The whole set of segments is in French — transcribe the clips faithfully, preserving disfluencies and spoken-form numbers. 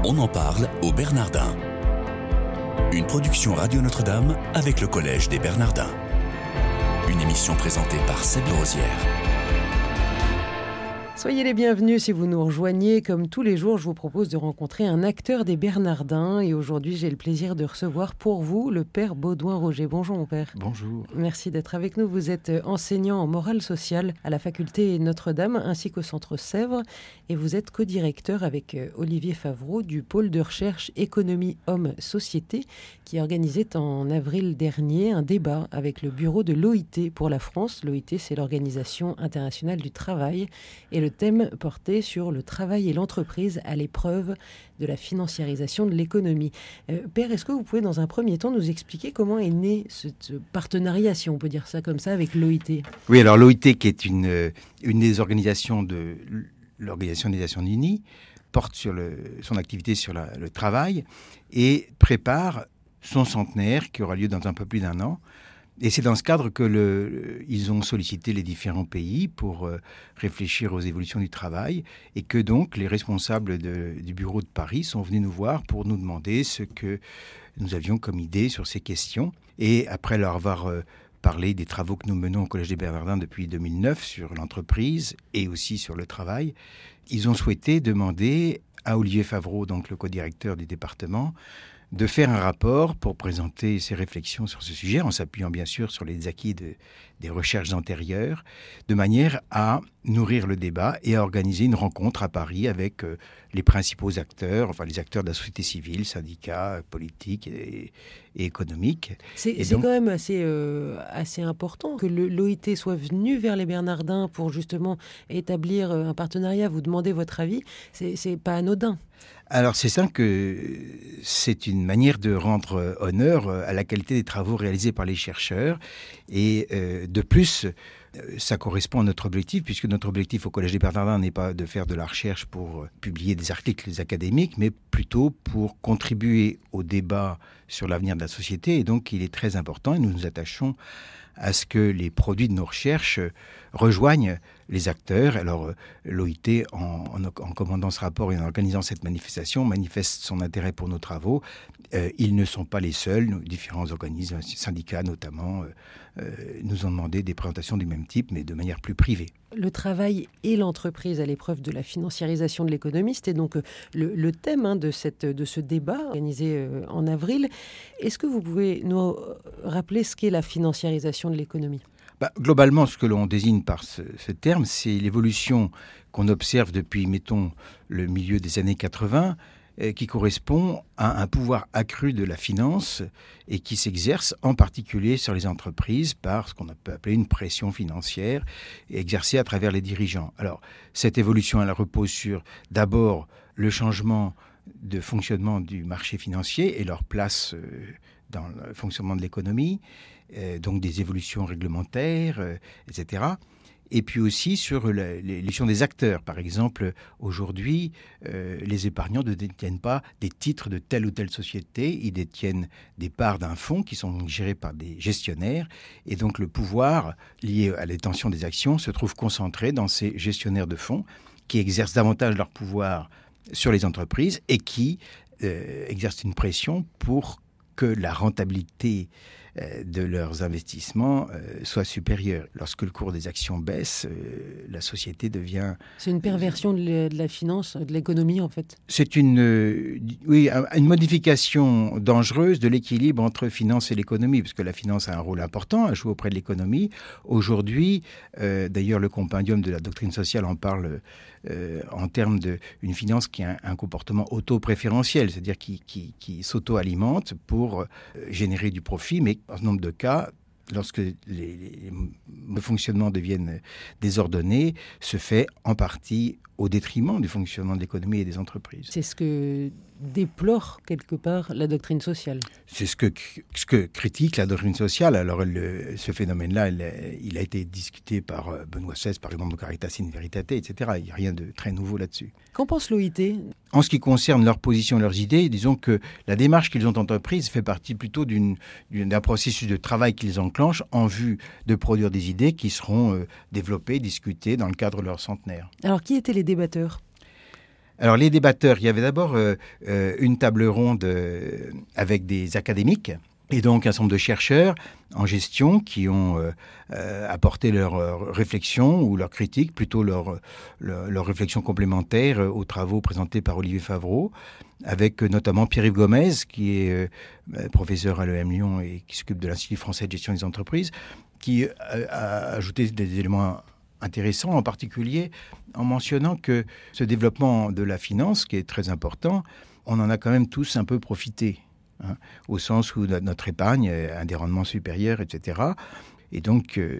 On en parle aux Bernardins. Une production Radio Notre-Dame avec le Collège des Bernardins. Une émission présentée par Seb Rosière. Soyez les bienvenus si vous nous rejoignez. Comme tous les jours, je vous propose de rencontrer un acteur des Bernardins. Et aujourd'hui, j'ai le plaisir de recevoir pour vous le père Baudouin Roger. Bonjour mon père. Bonjour. Merci d'être avec nous. Vous êtes enseignant en morale sociale à la faculté Notre-Dame ainsi qu'au centre Sèvres. Et vous êtes co-directeur avec Olivier Favreau du pôle de recherche économie homme-société qui organisait en avril dernier un débat avec le bureau de l'O I T pour la France. L'O I T, c'est l'Organisation internationale du travail. Et le thème porté sur le travail et l'entreprise à l'épreuve de la financiarisation de l'économie. Euh, Père, est-ce que vous pouvez dans un premier temps nous expliquer comment est né ce, ce partenariat, si on peut dire ça comme ça, avec l'O I T ? Oui, alors l'O I T, qui est une, une des organisations de l'Organisation des Nations Unies, porte sur le, son activité sur la, le travail et prépare son centenaire qui aura lieu dans un peu plus d'un an. Et c'est dans ce cadre que le, ils ont sollicité les différents pays pour euh, réfléchir aux évolutions du travail et que donc les responsables de, du bureau de Paris sont venus nous voir pour nous demander ce que nous avions comme idée sur ces questions. Et après leur avoir euh, parlé des travaux que nous menons au Collège des Bernardins depuis deux mille neuf sur l'entreprise et aussi sur le travail, ils ont souhaité demander à Olivier Favreau, donc le co-directeur du département, de faire un rapport pour présenter ses réflexions sur ce sujet, en s'appuyant bien sûr sur les acquis de, des recherches antérieures, de manière à nourrir le débat et à organiser une rencontre à Paris avec euh, les principaux acteurs, enfin les acteurs de la société civile, syndicats, politiques et, et économiques. C'est, et c'est donc, quand même assez, euh, assez important que le, l'O I T soit venu vers les Bernardins pour justement établir un partenariat, vous demander votre avis, c'est, c'est pas anodin. Alors c'est simple que c'est une manière de rendre honneur à la qualité des travaux réalisés par les chercheurs et euh, de plus ça correspond à notre objectif puisque notre objectif au Collège des Bernardins n'est pas de faire de la recherche pour publier des articles académiques mais plutôt pour contribuer au débat sur l'avenir de la société et donc il est très important et nous nous attachons à ce que les produits de nos recherches rejoignent les acteurs. Alors, l'O I T, en, en, en commandant ce rapport et en organisant cette manifestation, manifeste son intérêt pour nos travaux. Euh, ils ne sont pas les seuls. Nos différents organismes, syndicats notamment, euh, nous ont demandé des présentations du même type, mais de manière plus privée. Le travail et l'entreprise à l'épreuve de la financiarisation de l'économie, c'était donc le, le thème hein, de, cette, de ce débat organisé euh, en avril. Est-ce que vous pouvez nous rappeler ce qu'est la financiarisation de l'économie ? Bah, globalement, ce que l'on désigne par ce, ce terme, c'est l'évolution qu'on observe depuis, mettons, le milieu des années quatre-vingts, euh, qui correspond à un pouvoir accru de la finance et qui s'exerce en particulier sur les entreprises par ce qu'on peut appeler une pression financière exercée à travers les dirigeants. Alors, cette évolution, elle repose sur d'abord le changement de fonctionnement du marché financier et leur place euh, dans le fonctionnement de l'économie, euh, donc des évolutions réglementaires, euh, et cetera. Et puis aussi sur la, l'évolution des acteurs. Par exemple, aujourd'hui, euh, les épargnants ne détiennent pas des titres de telle ou telle société, ils détiennent des parts d'un fonds qui sont gérés par des gestionnaires. Et donc le pouvoir lié à la détention des actions se trouve concentré dans ces gestionnaires de fonds qui exercent davantage leur pouvoir sur les entreprises et qui euh, exercent une pression pour que la rentabilité euh, de leurs investissements euh, soit supérieure. Lorsque le cours des actions baisse, euh, la société devient... C'est une perversion de la finance, de l'économie en fait. C'est une, euh, oui, une modification dangereuse de l'équilibre entre finance et l'économie, parce que la finance a un rôle important à jouer auprès de l'économie. Aujourd'hui, euh, d'ailleurs le compendium de la doctrine sociale en parle euh, en termes d'une finance qui a un, un comportement auto-préférentiel, c'est-à-dire qui, qui, qui s'auto-alimente pour euh, générer du profit, mais dans ce nombre de cas, lorsque les, les, les fonctionnements deviennent désordonnés, se fait en partie au détriment du fonctionnement de l'économie et des entreprises. C'est ce que déplore quelque part la doctrine sociale. C'est ce que, ce que critique la doctrine sociale. Alors le, ce phénomène-là, il, il a été discuté par Benoît seize, par exemple, Caritas in Veritate, et cetera. Il n'y a rien de très nouveau là-dessus. Qu'en pense l'O I T ? En ce qui concerne leur position, leurs idées, disons que la démarche qu'ils ont entreprise fait partie plutôt d'une, d'une, d'un processus de travail qu'ils enclenchent en vue de produire des idées qui seront euh, développées, discutées dans le cadre de leur centenaire. Alors, qui étaient les débatteurs ? Alors les débatteurs, il y avait d'abord euh, euh, une table ronde euh, avec des académiques et donc un certain nombre de chercheurs en gestion qui ont euh, euh, apporté leurs euh, réflexions ou leurs critiques, plutôt leurs leur, leur réflexions complémentaires euh, aux travaux présentés par Olivier Favreau, avec euh, notamment Pierre-Yves Gomez, qui est euh, professeur à l'E M Lyon et qui s'occupe de l'Institut français de gestion des entreprises, qui a, a ajouté des éléments intéressants, en particulier en mentionnant que ce développement de la finance, qui est très important, on en a quand même tous un peu profité. Hein, au sens où notre épargne a des rendements supérieurs, et cetera. Et donc, euh,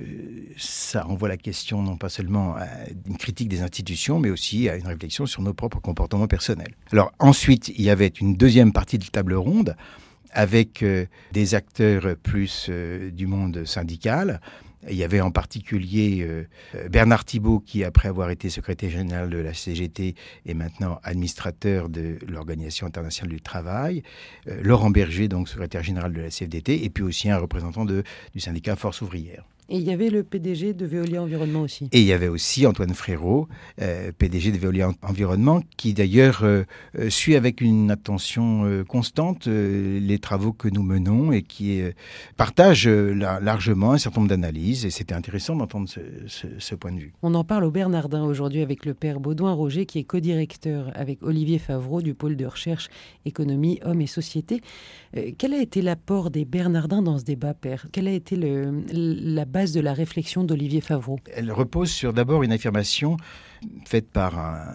ça renvoie la question non pas seulement à une critique des institutions, mais aussi à une réflexion sur nos propres comportements personnels. Alors ensuite, il y avait une deuxième partie de table ronde avec euh, des acteurs plus euh, du monde syndical. Il y avait en particulier euh, Bernard Thibault, qui, après avoir été secrétaire général de la C G T, est maintenant administrateur de l'Organisation internationale du travail, euh, Laurent Berger, donc secrétaire général de la C F D T, et puis aussi un représentant de, du syndicat Force ouvrière. Et il y avait le P D G de Veolia Environnement aussi. Et il y avait aussi Antoine Frérot, euh, P D G de Veolia Environnement, qui d'ailleurs euh, euh, suit avec une attention euh, constante euh, les travaux que nous menons et qui euh, partage euh, la, largement un certain nombre d'analyses. Et c'était intéressant d'entendre ce, ce, ce point de vue. On en parle au Bernardin aujourd'hui avec le père Baudouin Roger, qui est codirecteur avec Olivier Favreau du pôle de recherche économie, hommes et société. Euh, quel a été l'apport des Bernardins dans ce débat, père ? Quelle a été le, la base de la réflexion d'Olivier Favreau? Elle repose sur d'abord une affirmation faite par un,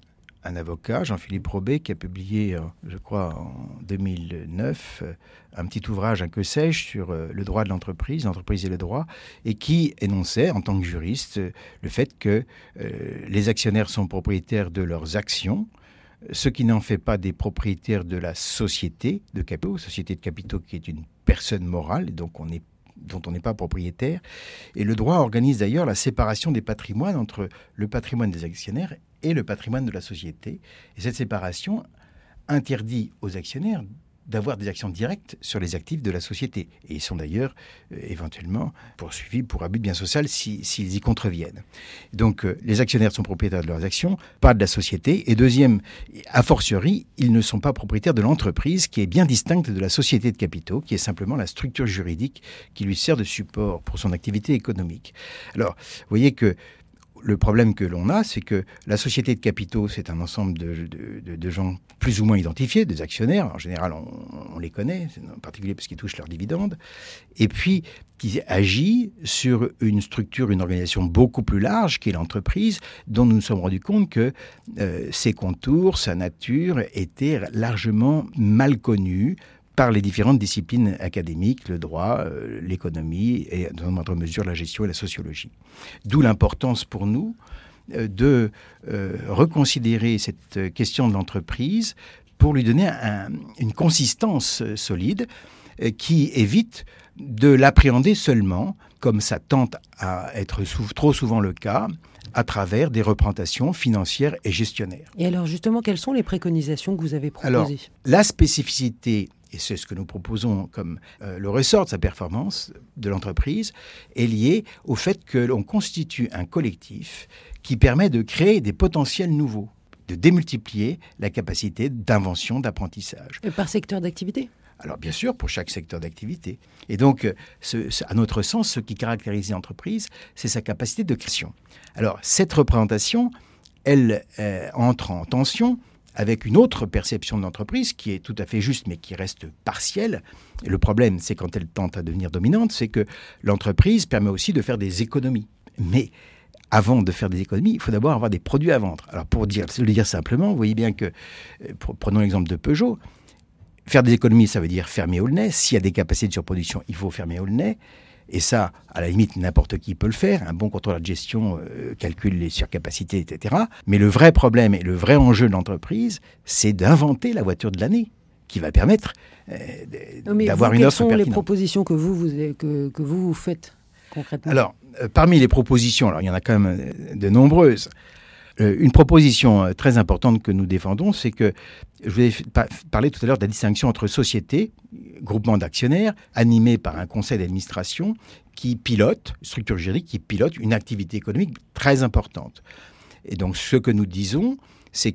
un avocat, Jean-Philippe Robet, qui a publié, je crois, en deux mille neuf, un petit ouvrage, un que sais-je, sur le droit de l'entreprise, l'entreprise et le droit, et qui énonçait, en tant que juriste, le fait que euh, les actionnaires sont propriétaires de leurs actions, ce qui n'en fait pas des propriétaires de la société de capitaux, société de capitaux qui est une personne morale, et donc on est dont on n'est pas propriétaire. Et le droit organise d'ailleurs la séparation des patrimoines entre le patrimoine des actionnaires et le patrimoine de la société. Et cette séparation interdit aux actionnaires d'avoir des actions directes sur les actifs de la société. Et ils sont d'ailleurs euh, éventuellement poursuivis pour abus de bien social si, s'ils y contreviennent. Donc euh, les actionnaires sont propriétaires de leurs actions, pas de la société. Et deuxième, a fortiori, ils ne sont pas propriétaires de l'entreprise qui est bien distincte de la société de capitaux, qui est simplement la structure juridique qui lui sert de support pour son activité économique. Alors, vous voyez que le problème que l'on a, c'est que la société de capitaux, c'est un ensemble de, de, de, de gens plus ou moins identifiés, des actionnaires. En général, on, on les connaît, en particulier parce qu'ils touchent leurs dividendes. Et puis, qui agit sur une structure, une organisation beaucoup plus large, qui est l'entreprise, dont nous nous sommes rendus compte que euh, ses contours, sa nature étaient largement mal connus par les différentes disciplines académiques, le droit, euh, l'économie et, dans une moindre mesure, la gestion et la sociologie. D'où l'importance pour nous euh, de euh, reconsidérer cette question de l'entreprise pour lui donner un, une consistance euh, solide euh, qui évite de l'appréhender seulement, comme ça tente à être sou- trop souvent le cas, à travers des représentations financières et gestionnaires. Et alors justement, quelles sont les préconisations que vous avez proposées ? Alors, la spécificité, et c'est ce que nous proposons comme euh, le ressort de sa performance de l'entreprise, est lié au fait que l'on constitue un collectif qui permet de créer des potentiels nouveaux, de démultiplier la capacité d'invention, d'apprentissage. Et par secteur d'activité ? Alors bien sûr, pour chaque secteur d'activité. Et donc, ce, ce, à notre sens, ce qui caractérise l'entreprise, c'est sa capacité de création. Alors, cette représentation, elle euh, entre en tension avec une autre perception de l'entreprise qui est tout à fait juste, mais qui reste partielle. Et le problème, c'est quand elle tente à devenir dominante, c'est que l'entreprise permet aussi de faire des économies. Mais avant de faire des économies, il faut d'abord avoir des produits à vendre. Alors pour dire, le dire simplement, vous voyez bien que, prenons l'exemple de Peugeot, faire des économies, ça veut dire fermer Aulnay. S'il y a des capacités de surproduction, il faut fermer Aulnay. Et ça, à la limite, n'importe qui peut le faire. Un bon contrôleur de gestion euh, calcule les surcapacités, et cetera. Mais le vrai problème et le vrai enjeu de l'entreprise, c'est d'inventer la voiture de l'année qui va permettre euh, Mais d'avoir vous, une offre pertinente. Quelles sont les pertinente. propositions que vous, vous, que, que vous faites concrètement ? Alors, euh, parmi les propositions, alors il y en a quand même de nombreuses. Euh, une proposition euh, très importante que nous défendons, c'est que, je vous ai pa- parlé tout à l'heure de la distinction entre société, groupement d'actionnaires, animé par un conseil d'administration qui pilote, structure juridique qui pilote une activité économique très importante. Et donc, ce que nous disons, c'est que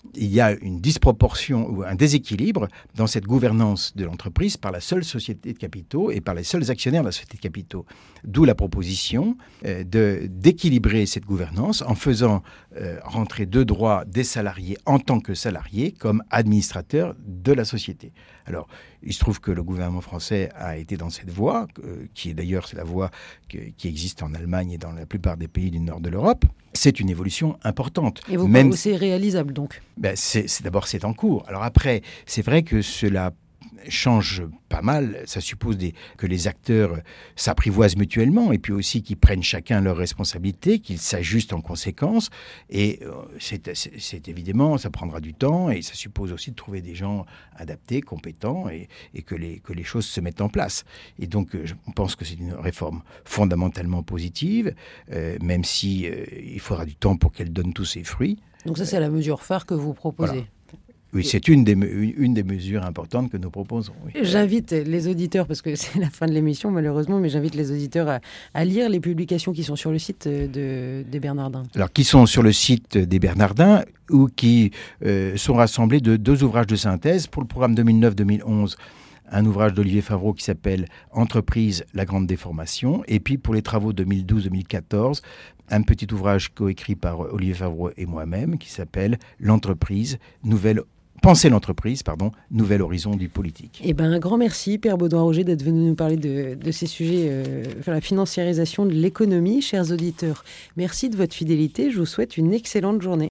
il y a une disproportion ou un déséquilibre dans cette gouvernance de l'entreprise par la seule société de capitaux et par les seuls actionnaires de la société de capitaux. D'où la proposition euh, de, d'équilibrer cette gouvernance en faisant euh, rentrer de droit des salariés en tant que salariés comme administrateurs de la société. Alors, il se trouve que le gouvernement français a été dans cette voie, euh, qui est d'ailleurs c'est la voie que, qui existe en Allemagne et dans la plupart des pays du nord de l'Europe. C'est une évolution importante. Et vous Même pensez c'est réalisable donc? Ben c'est, c'est, d'abord, c'est en cours. Alors après, c'est vrai que cela change pas mal. Ça suppose des, que les acteurs s'apprivoisent mutuellement et puis aussi qu'ils prennent chacun leurs responsabilités, qu'ils s'ajustent en conséquence. Et c'est, c'est, c'est évidemment, ça prendra du temps et ça suppose aussi de trouver des gens adaptés, compétents et, et que, les, que les choses se mettent en place. Et donc, je pense que c'est une réforme fondamentalement positive, euh, même si euh, il faudra du temps pour qu'elle donne tous ses fruits. Donc ça, c'est la mesure phare que vous proposez. Voilà. Oui, c'est une des, une, une des mesures importantes que nous proposons. Oui. J'invite les auditeurs, parce que c'est la fin de l'émission malheureusement, mais j'invite les auditeurs à, à lire les publications qui sont sur le site de, des Bernardins. Alors, qui sont sur le site des Bernardins ou qui euh, sont rassemblés de deux ouvrages de synthèse pour le programme deux mille neuf deux mille onze. Un ouvrage d'Olivier Favreau qui s'appelle « Entreprise, la grande déformation ». Et puis pour les travaux deux mille douze deux mille quatorze, un petit ouvrage coécrit par Olivier Favreau et moi-même qui s'appelle « L'entreprise, nouvelle Penser l'entreprise, pardon, nouvel horizon du politique. Eh ben, un grand merci, Père Baudouin-Roger, d'être venu nous parler de, de ces sujets, euh, enfin, la financiarisation de l'économie. Chers auditeurs, merci de votre fidélité. Je vous souhaite une excellente journée.